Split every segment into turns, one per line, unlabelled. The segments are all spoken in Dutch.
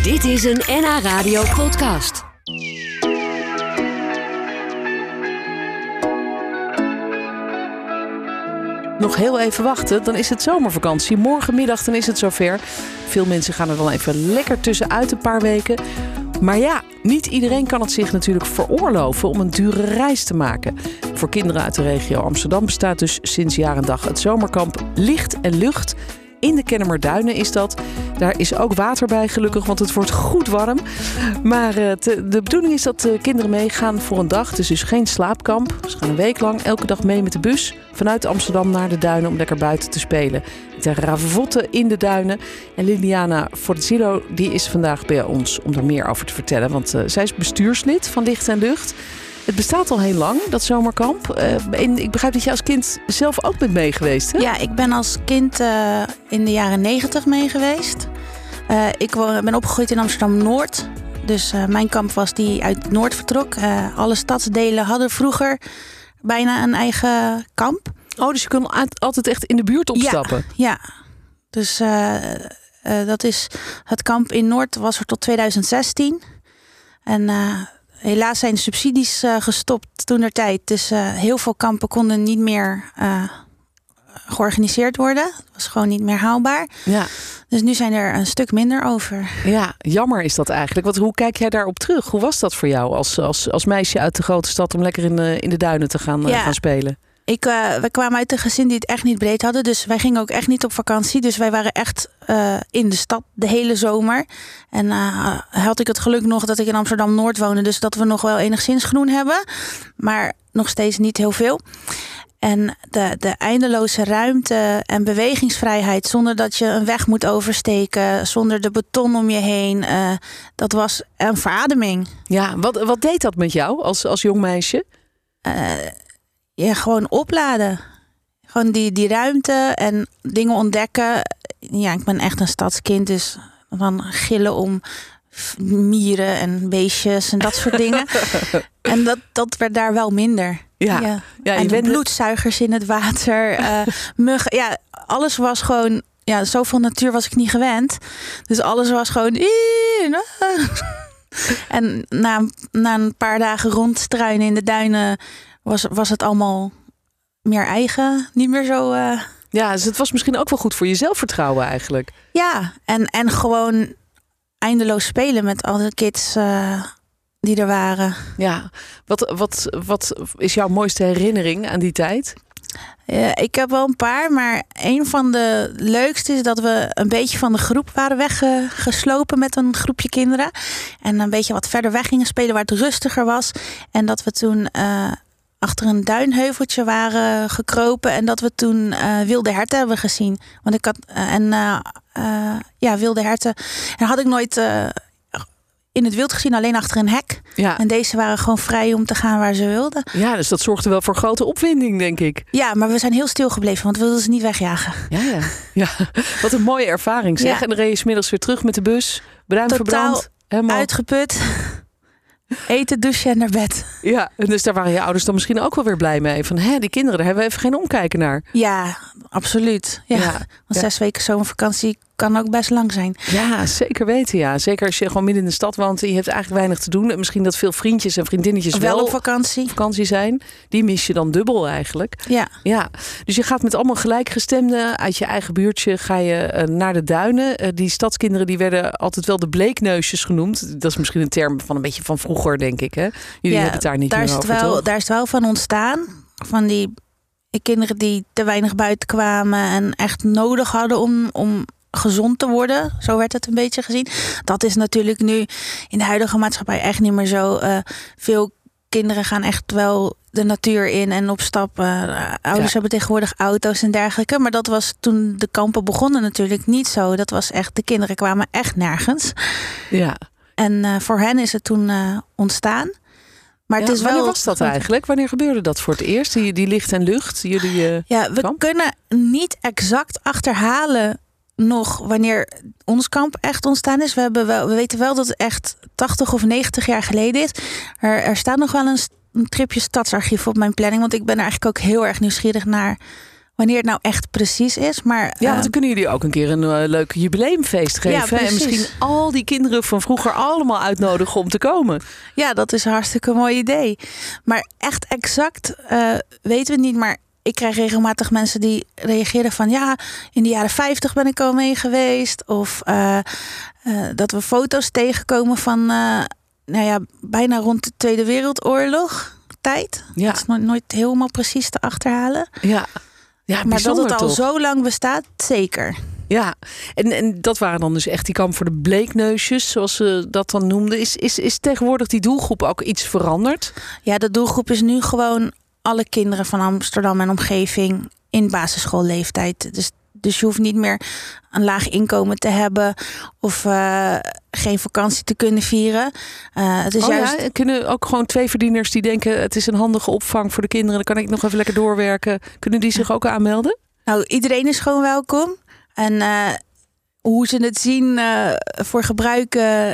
Dit is een NH Radio podcast.
Nog heel even wachten, dan is het zomervakantie. Morgenmiddag dan is het zover. Veel mensen gaan er dan even lekker tussenuit een paar weken. Maar ja, niet iedereen kan het zich natuurlijk veroorloven om een dure reis te maken. Voor kinderen uit de regio Amsterdam bestaat dus sinds jaar en dag het zomerkamp Licht en Lucht. In de Kennemerduinen is dat. Daar is ook water bij gelukkig, want het wordt goed warm. Maar de bedoeling is dat de kinderen meegaan voor een dag. Het is dus geen slaapkamp. Ze gaan een week lang elke dag mee met de bus vanuit Amsterdam naar de duinen om lekker buiten te spelen. De ravotten in de duinen. En Liliana Forzillo die is vandaag bij ons om er meer over te vertellen. Want zij is bestuurslid van Licht en Lucht. Het bestaat al heel lang, dat zomerkamp. En ik begrijp dat je als kind zelf ook bent mee geweest, hè?
Ja, ik ben als kind in de jaren 90 mee geweest. Ik ben opgegroeid in Amsterdam-Noord. Dus mijn kamp was die uit Noord vertrok. Alle stadsdelen hadden vroeger bijna een eigen kamp.
Oh, dus je kon altijd echt in de buurt opstappen?
Ja. Dus dat is het kamp in Noord was er tot 2016. En helaas zijn de subsidies gestopt toentertijd. Dus heel veel kampen konden niet meer georganiseerd worden. Het was gewoon niet meer haalbaar. Ja. Dus nu zijn er een stuk minder over. Ja,
jammer is dat eigenlijk. Want hoe kijk jij daarop terug? Hoe was dat voor jou als meisje uit de grote stad om lekker in de duinen te gaan spelen?
We kwamen uit een gezin die het echt niet breed hadden. Dus wij gingen ook echt niet op vakantie. Dus wij waren echt in de stad de hele zomer. En had ik het geluk nog dat ik in Amsterdam-Noord woonde. Dus dat we nog wel enigszins groen hebben. Maar nog steeds niet heel veel. En de eindeloze ruimte en bewegingsvrijheid zonder dat je een weg moet oversteken, zonder de beton om je heen, dat was een verademing.
Ja, wat deed dat met jou als jong meisje?
Gewoon opladen. Gewoon die ruimte en dingen ontdekken. Ja, ik ben echt een stadskind, dus van gillen om mieren en beestjes en dat soort dingen. En dat werd daar wel minder. Ja, en de bloedzuigers in het water, muggen. Ja, alles was gewoon. Ja, zoveel natuur was ik niet gewend. Dus alles was gewoon. En na een paar dagen rondstruinen in de duinen was het allemaal meer eigen. Niet meer zo.
Ja, dus het was misschien ook wel goed voor je zelfvertrouwen eigenlijk.
Ja, en gewoon eindeloos spelen met alle kids die er waren.
Ja, wat is jouw mooiste herinnering aan die tijd?
Ik heb wel een paar, maar een van de leukste is dat we een beetje van de groep waren weggeslopen met een groepje kinderen. En een beetje wat verder weg gingen spelen waar het rustiger was. En dat we toen achter een duinheuveltje waren gekropen en dat we toen wilde herten hebben gezien. Want ik had wilde herten. En had ik nooit in het wild gezien, alleen achter een hek. Ja. En deze waren gewoon vrij om te gaan waar ze wilden.
Ja, dus dat zorgde wel voor grote opwinding, denk ik.
Ja, maar we zijn heel stil gebleven, want we wilden ze niet wegjagen.
Ja. Wat een mooie ervaring zeg. Ja. En dan reed je 's middags weer terug met de bus. Bruin verbrand.
Helemaal uitgeput. Eten, douchen en naar bed.
Ja, en dus daar waren je ouders dan misschien ook wel weer blij mee. Van, die kinderen, daar hebben we even geen omkijken naar.
Ja, absoluut. Ja. Want 6 weken zomervakantie kan ook best lang zijn.
Ja, zeker weten. Ja. Zeker als je gewoon midden in de stad woont en je hebt eigenlijk weinig te doen. En misschien dat veel vriendjes en vriendinnetjes wel
op vakantie
zijn. Die mis je dan dubbel eigenlijk. Ja. Dus je gaat met allemaal gelijkgestemden uit je eigen buurtje ga je naar de duinen. Die stadskinderen die werden altijd wel de bleekneusjes genoemd. Dat is misschien een term van een beetje van vroeger, denk ik. Hè? Jullie hebben het daar niet meer over, toch?
Daar is het wel van ontstaan. Van die kinderen die te weinig buiten kwamen en echt nodig hadden om gezond te worden. Zo werd het een beetje gezien. Dat is natuurlijk nu in de huidige maatschappij echt niet meer zo. Veel kinderen gaan echt wel de natuur in en op stap. Ouders hebben tegenwoordig auto's en dergelijke. Maar dat was toen de kampen begonnen natuurlijk niet zo. Dat was echt, de kinderen kwamen echt nergens.
Ja.
En voor hen is het toen ontstaan. Maar het is
wanneer was dat eigenlijk? Wanneer gebeurde dat voor het eerst? Die Licht en Lucht? Jullie
we kunnen niet exact achterhalen nog wanneer ons kamp echt ontstaan is. We weten wel dat het echt 80 of 90 jaar geleden is. Er staat nog wel een tripje stadsarchief op mijn planning. Want ik ben er eigenlijk ook heel erg nieuwsgierig naar wanneer het nou echt precies is. Maar,
want dan kunnen jullie ook een keer een leuk jubileumfeest geven. En misschien al die kinderen van vroeger allemaal uitnodigen om te komen.
Ja, dat is een hartstikke mooi idee. Maar echt exact weten we het niet. Maar ik krijg regelmatig mensen die reageren van... ja, in de jaren 50 ben ik al mee geweest. Of dat we foto's tegenkomen van... bijna rond de Tweede Wereldoorlog tijd.
Ja.
Dat is nooit helemaal precies te achterhalen.
Ja, maar
dat het al
toch?
zo lang bestaat, zeker.
Ja, en dat waren dan dus echt die kamp voor de bleekneusjes, zoals ze dat dan noemden. Is tegenwoordig die doelgroep ook iets veranderd?
Ja, de doelgroep is nu gewoon alle kinderen van Amsterdam en omgeving in basisschoolleeftijd. Dus je hoeft niet meer een laag inkomen te hebben of geen vakantie te kunnen vieren. Het is juist...
Kunnen ook gewoon tweeverdieners die denken... het is een handige opvang voor de kinderen... dan kan ik nog even lekker doorwerken. Kunnen die zich ook aanmelden?
Nou, iedereen is gewoon welkom. En hoe ze het zien voor gebruik...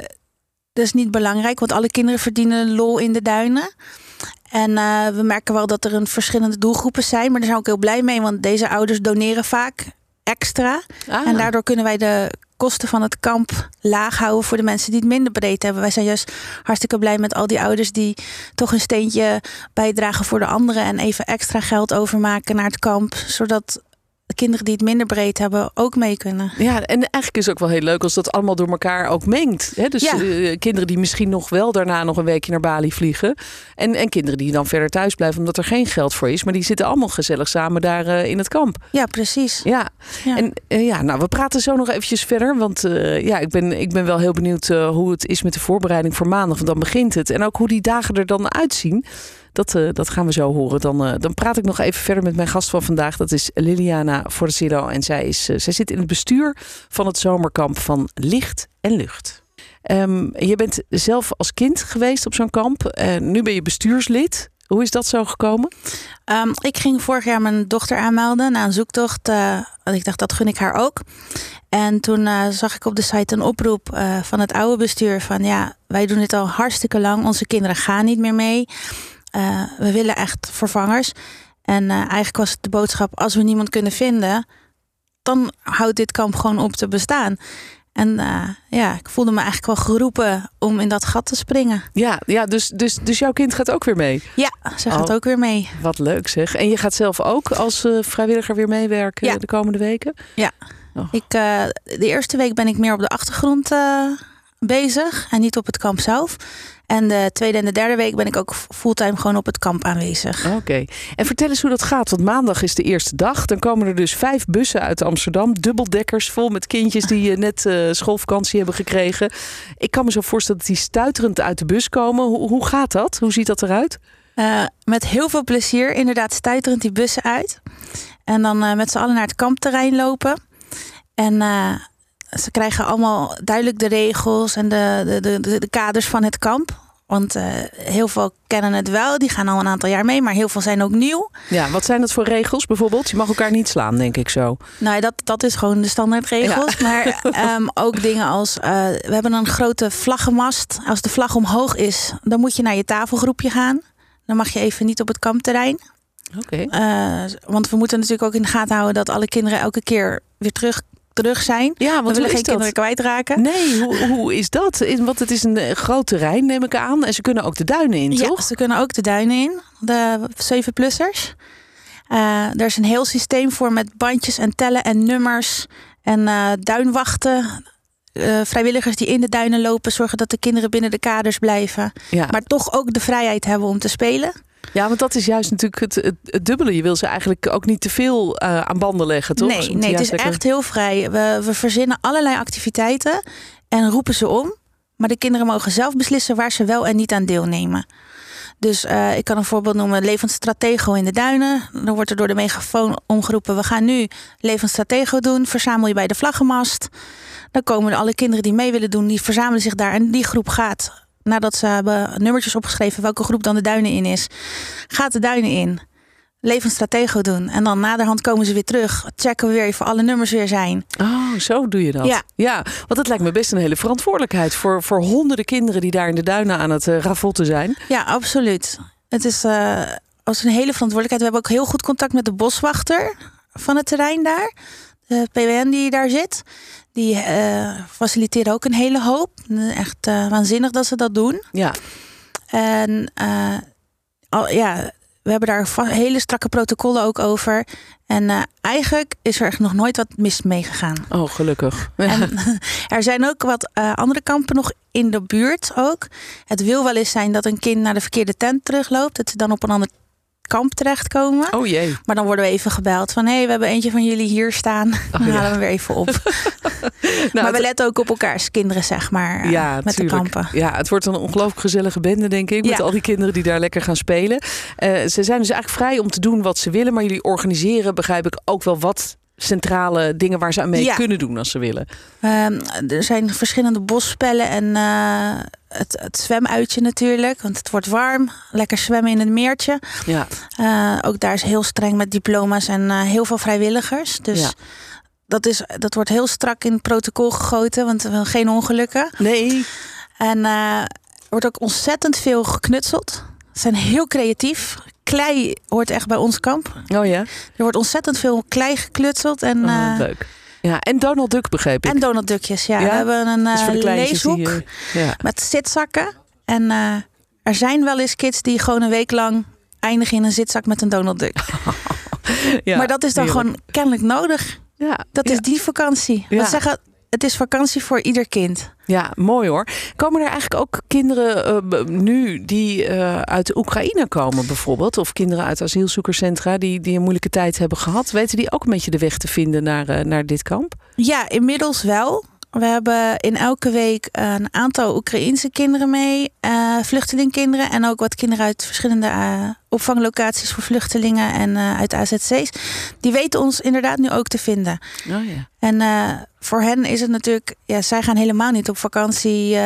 dat is niet belangrijk. Want alle kinderen verdienen lol in de duinen. En we merken wel dat er verschillende doelgroepen zijn. Maar daar zijn we ook heel blij mee. Want deze ouders doneren vaak extra. En daardoor kunnen wij de kosten van het kamp laag houden voor de mensen die het minder breed hebben. Wij zijn juist hartstikke blij met al die ouders die toch een steentje bijdragen voor de anderen en even extra geld overmaken naar het kamp, zodat de kinderen die het minder breed hebben ook mee kunnen. Ja,
en eigenlijk is het ook wel heel leuk als dat allemaal door elkaar ook mengt. Hè? Dus kinderen die misschien nog wel daarna nog een weekje naar Bali vliegen. En kinderen die dan verder thuis blijven omdat er geen geld voor is. Maar die zitten allemaal gezellig samen daar in het kamp.
Ja, precies.
Ja. En we praten zo nog eventjes verder. Want ik ben wel heel benieuwd hoe het is met de voorbereiding voor maandag. Want dan begint het. En ook hoe die dagen er dan uitzien. Dat gaan we zo horen. Dan praat ik nog even verder met mijn gast van vandaag. Dat is Liliana Forcillo. En zij zit in het bestuur van het zomerkamp van Licht en Lucht. Je bent zelf als kind geweest op zo'n kamp. Nu ben je bestuurslid. Hoe is dat zo gekomen?
Ik ging vorig jaar mijn dochter aanmelden na een zoektocht. Ik dacht, dat gun ik haar ook. En toen zag ik op de site een oproep van het oude bestuur. Van wij doen dit al hartstikke lang. Onze kinderen gaan niet meer mee. We willen echt vervangers. En eigenlijk was het de boodschap, als we niemand kunnen vinden, dan houdt dit kamp gewoon op te bestaan. En ik voelde me eigenlijk wel geroepen om in dat gat te springen. Ja,
dus jouw kind gaat ook weer mee?
Ja, ze gaat ook weer mee.
Wat leuk zeg. En je gaat zelf ook als vrijwilliger weer meewerken de komende weken?
Ja. De eerste week ben ik meer op de achtergrond bezig en niet op het kamp zelf. En de tweede en de derde week ben ik ook fulltime gewoon op het kamp aanwezig.
Oké. En vertel eens hoe dat gaat. Want maandag is de eerste dag. Dan komen er dus 5 bussen uit Amsterdam. Dubbeldekkers vol met kindjes die net schoolvakantie hebben gekregen. Ik kan me zo voorstellen dat die stuiterend uit de bus komen. Hoe gaat dat? Hoe ziet dat eruit?
Met heel veel plezier. Inderdaad stuiterend die bussen uit. En dan met z'n allen naar het kampterrein lopen. En ze krijgen allemaal duidelijk de regels en de kaders van het kamp. Want heel veel kennen het wel. Die gaan al een aantal jaar mee. Maar heel veel zijn ook nieuw. Ja,
wat zijn dat voor regels bijvoorbeeld? Je mag elkaar niet slaan, denk ik zo.
Nou, dat is gewoon de standaardregels. Ja. Maar ook dingen als... we hebben een grote vlaggenmast. Als de vlag omhoog is, dan moet je naar je tafelgroepje gaan. Dan mag je even niet op het kampterrein.
Oké.
Want we moeten natuurlijk ook in de gaten houden dat alle kinderen elke keer weer terug zijn.
Ja, want
we willen geen kinderen kwijtraken.
Nee, hoe is dat? Want het is een groot terrein, neem ik aan. En ze kunnen ook de duinen in, toch?
Ja, ze kunnen ook de duinen in. De 7-plussers. Er is een heel systeem voor met bandjes en tellen en nummers. En duinwachten. Vrijwilligers die in de duinen lopen, zorgen dat de kinderen binnen de kaders blijven. Ja. Maar toch ook de vrijheid hebben om te spelen.
Ja, want dat is juist natuurlijk het dubbele. Je wil ze eigenlijk ook niet te veel aan banden leggen, toch?
Nee, het is echt heel vrij. We verzinnen allerlei activiteiten en roepen ze om. Maar de kinderen mogen zelf beslissen waar ze wel en niet aan deelnemen. Dus ik kan een voorbeeld noemen, Levend Stratego in de duinen. Dan wordt er door de megafoon omgeroepen, we gaan nu Levend Stratego doen. Verzamel je bij de vlaggenmast. Dan komen alle kinderen die mee willen doen, die verzamelen zich daar. En die groep gaat, nadat ze hebben nummertjes opgeschreven welke groep dan de duinen in is, gaat de duinen in. Levend Stratego doen. En dan naderhand komen ze weer terug. Checken we weer of alle nummers weer zijn.
Oh, zo doe je dat. Ja, want het lijkt me best een hele verantwoordelijkheid voor honderden kinderen die daar in de duinen aan het ravotten zijn.
Ja, absoluut. Het is als een hele verantwoordelijkheid. We hebben ook heel goed contact met de boswachter van het terrein daar. De PWN die daar zit. Die faciliteren ook een hele hoop. Echt waanzinnig dat ze dat doen.
Ja.
En we hebben daar hele strakke protocollen ook over. En eigenlijk is er echt nog nooit wat mis mee gegaan.
Oh, gelukkig. Ja.
En er zijn ook wat andere kampen nog in de buurt ook. Het wil wel eens zijn dat een kind naar de verkeerde tent terugloopt. Dat ze dan op een ander kamp terechtkomen.
Oh jee.
Maar dan worden we even gebeld van... we hebben eentje van jullie hier staan. Dan halen we weer even op. Maar we letten ook op elkaars kinderen, zeg maar. Met tuurlijk. De kampen.
Ja, het wordt een ongelooflijk gezellige bende, denk ik. Met al die kinderen die daar lekker gaan spelen. Ze zijn dus eigenlijk vrij om te doen wat ze willen. Maar jullie organiseren, begrijp ik, ook wel wat centrale dingen waar ze aan mee kunnen doen als ze willen.
Er zijn verschillende bosspellen en het zwemuitje natuurlijk. Want het wordt warm. Lekker zwemmen in het meertje. Ja. Ook daar is heel streng met diploma's en heel veel vrijwilligers. Dus dat wordt heel strak in het protocol gegoten. Want we willen geen ongelukken.
Nee.
En er wordt ook ontzettend veel geknutseld. Ze zijn heel creatief. Klei hoort echt bij ons kamp.
Oh ja?
Er wordt ontzettend veel klei geknutseld. En,
leuk. Ja, en Donald Duck begreep ik.
En Donald Duckjes, ja. We hebben een leeshoek met zitzakken. En er zijn wel eens kids die gewoon een week lang eindigen in een zitzak met een Donald Duck. Maar dat is dan gewoon kennelijk nodig. Ja, dat is die vakantie. We zeggen, het is vakantie voor ieder kind.
Ja, mooi hoor. Komen er eigenlijk ook kinderen nu die uit de Oekraïne komen bijvoorbeeld? Of kinderen uit asielzoekerscentra die een moeilijke tijd hebben gehad? Weten die ook een beetje de weg te vinden naar dit kamp? Ja,
inmiddels wel. We hebben in elke week een aantal Oekraïense kinderen mee. Vluchtelingkinderen en ook wat kinderen uit verschillende opvanglocaties voor vluchtelingen en uit AZC's. Die weten ons inderdaad nu ook te vinden. Oh ja. En voor hen is het natuurlijk... Ja, zij gaan helemaal niet op vakantie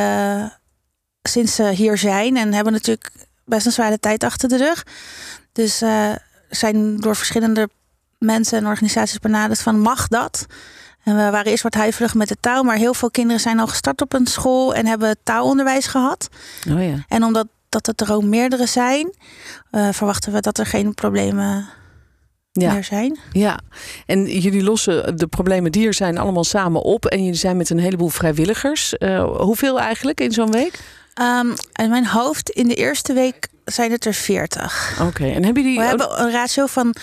sinds ze hier zijn. En hebben natuurlijk best een zware tijd achter de rug. Dus zijn door verschillende mensen en organisaties benaderd van mag dat? En we waren eerst wat huiverig met de taal. Maar heel veel kinderen zijn al gestart op een school en hebben taalonderwijs gehad. Oh ja. En omdat het er ook meerdere zijn, verwachten we dat er geen problemen meer zijn. Ja,
en jullie lossen de problemen die er zijn allemaal samen op. En jullie zijn met een heleboel vrijwilligers. Hoeveel eigenlijk in zo'n week?
In mijn hoofd in de eerste week zijn het er 40.
Oké, en hebben jullie...
We hebben een ratio van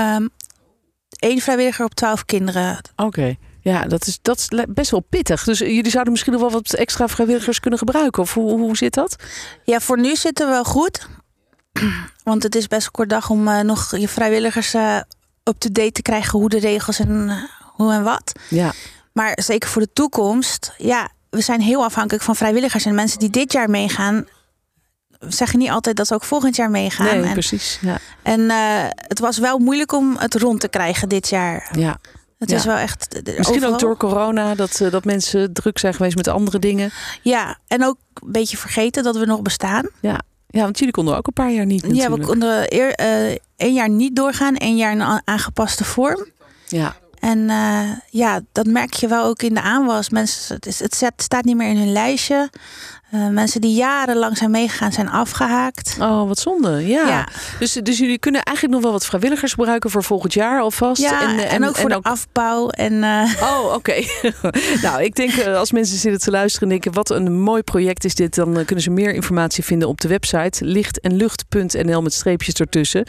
1 vrijwilliger op 12 kinderen.
Oké. Ja, dat is best wel pittig. Dus jullie zouden misschien nog wel wat extra vrijwilligers kunnen gebruiken. Of hoe zit dat?
Ja, voor nu zitten we wel goed. Want het is best een kort dag om nog je vrijwilligers up-to-date te krijgen. Hoe de regels en hoe en wat. Ja. Maar zeker voor de toekomst. Ja, we zijn heel afhankelijk van vrijwilligers. En mensen die dit jaar meegaan, zeggen niet altijd dat ze ook volgend jaar meegaan.
Nee, precies. Ja.
En het was wel moeilijk om het rond te krijgen dit jaar. Ja. Het is wel echt...
Misschien overal. Ook door corona, dat mensen druk zijn geweest met andere dingen.
Ja, en ook een beetje vergeten dat we nog bestaan.
Ja, want jullie konden ook een paar jaar niet natuurlijk.
Ja, we konden 1 jaar niet doorgaan, 1 jaar in een aangepaste vorm. Ja. En dat merk je wel ook in de aanwas. Mensen, het staat niet meer in hun lijstje. Mensen die jarenlang zijn meegegaan zijn afgehaakt.
Oh, wat zonde. Ja. Dus jullie kunnen eigenlijk nog wel wat vrijwilligers gebruiken voor volgend jaar alvast.
Ja, en ook voor de afbouw.
Oh, oké. Nou, ik denk als mensen zitten te luisteren en denken wat een mooi project is dit, dan kunnen ze meer informatie vinden op de website lichtenlucht.nl met streepjes ertussen.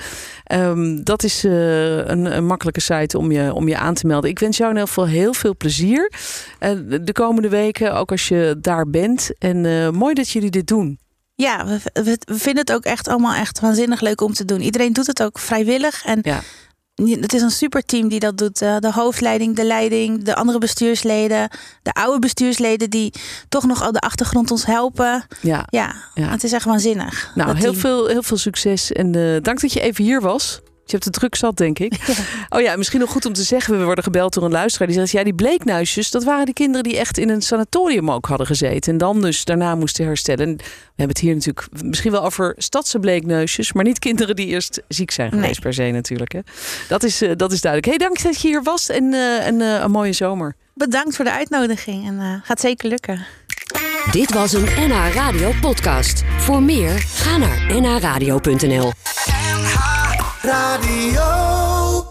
Dat is een makkelijke site om je aan te melden. Ik wens jou in ieder geval heel veel plezier de komende weken, ook als je daar bent. En mooi dat jullie dit doen.
Ja, we vinden het ook echt allemaal echt waanzinnig leuk om te doen. Iedereen doet het ook vrijwillig. En het is een superteam die dat doet. De hoofdleiding, de leiding, de andere bestuursleden, de oude bestuursleden die toch nog op de achtergrond ons helpen. Ja. Het is echt waanzinnig.
Nou, heel veel succes en dank dat je even hier was. Je hebt het druk zat, denk ik. Ja. Oh ja, misschien nog goed om te zeggen. We worden gebeld door een luisteraar. Die zegt, ja, die bleeknuisjes, dat waren die kinderen die echt in een sanatorium ook hadden gezeten. En dan dus daarna moesten herstellen. En we hebben het hier natuurlijk misschien wel over stadse bleekneusjes. Maar niet kinderen die eerst ziek zijn geweest per se natuurlijk. Hè. Dat is duidelijk. Hey, dank dat je hier was en een mooie zomer.
Bedankt voor de uitnodiging. En gaat zeker lukken.
Dit was een NH Radio podcast. Voor meer, ga naar nhradio.nl.
Radio.